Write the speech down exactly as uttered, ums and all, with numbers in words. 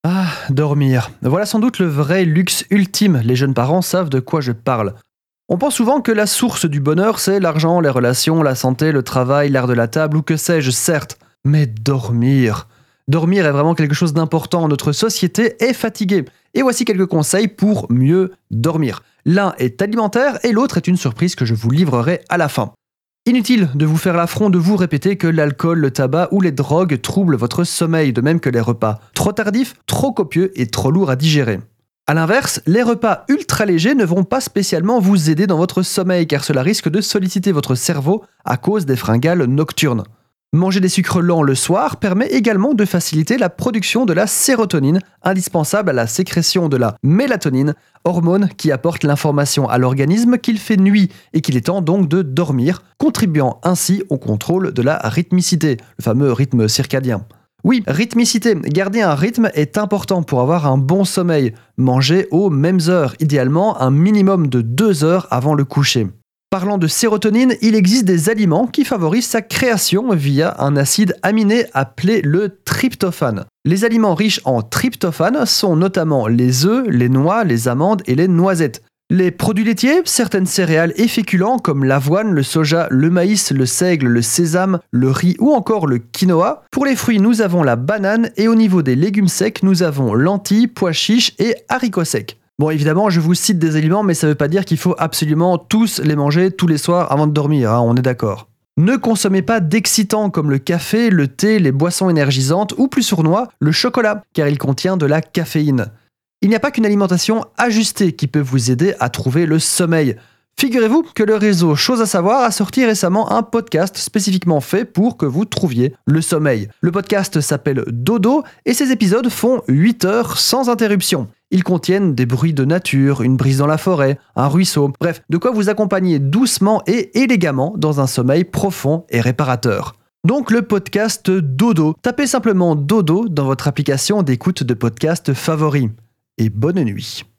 Ah, dormir. Voilà sans doute le vrai luxe ultime. Les jeunes parents savent de quoi je parle. On pense souvent que la source du bonheur, c'est l'argent, les relations, la santé, le travail, l'art de la table ou que sais-je, certes. Mais dormir. Dormir est vraiment quelque chose d'important. Notre société est fatiguée. Et voici quelques conseils pour mieux dormir. L'un est alimentaire et l'autre est une surprise que je vous livrerai à la fin. Inutile de vous faire l'affront de vous répéter que l'alcool, le tabac ou les drogues troublent votre sommeil, de même que les repas trop tardifs, trop copieux et trop lourds à digérer. A l'inverse, les repas ultra légers ne vont pas spécialement vous aider dans votre sommeil car cela risque de solliciter votre cerveau à cause des fringales nocturnes. Manger des sucres lents le soir permet également de faciliter la production de la sérotonine, indispensable à la sécrétion de la mélatonine, hormone qui apporte l'information à l'organisme qu'il fait nuit et qu'il est temps donc de dormir, contribuant ainsi au contrôle de la rythmicité, le fameux rythme circadien. Oui, rythmicité, garder un rythme est important pour avoir un bon sommeil. Manger aux mêmes heures, idéalement un minimum de deux heures avant le coucher. Parlant de sérotonine, il existe des aliments qui favorisent sa création via un acide aminé appelé le tryptophane. Les aliments riches en tryptophane sont notamment les œufs, les noix, les amandes et les noisettes. Les produits laitiers, certaines céréales et féculents comme l'avoine, le soja, le maïs, le seigle, le sésame, le riz ou encore le quinoa. Pour les fruits, nous avons la banane et au niveau des légumes secs, nous avons lentilles, pois chiches et haricots secs. Bon, évidemment, je vous cite des aliments, mais ça ne veut pas dire qu'il faut absolument tous les manger tous les soirs avant de dormir, hein, on est d'accord. Ne consommez pas d'excitants comme le café, le thé, les boissons énergisantes ou plus sournois, le chocolat, car il contient de la caféine. Il n'y a pas qu'une alimentation ajustée qui peut vous aider à trouver le sommeil. Figurez-vous que le réseau Chose à savoir a sorti récemment un podcast spécifiquement fait pour que vous trouviez le sommeil. Le podcast s'appelle Dodo et ses épisodes font huit heures sans interruption. Ils contiennent des bruits de nature, une brise dans la forêt, un ruisseau, bref, de quoi vous accompagner doucement et élégamment dans un sommeil profond et réparateur. Donc le podcast Dodo. Tapez simplement Dodo dans votre application d'écoute de podcast favori. Et bonne nuit.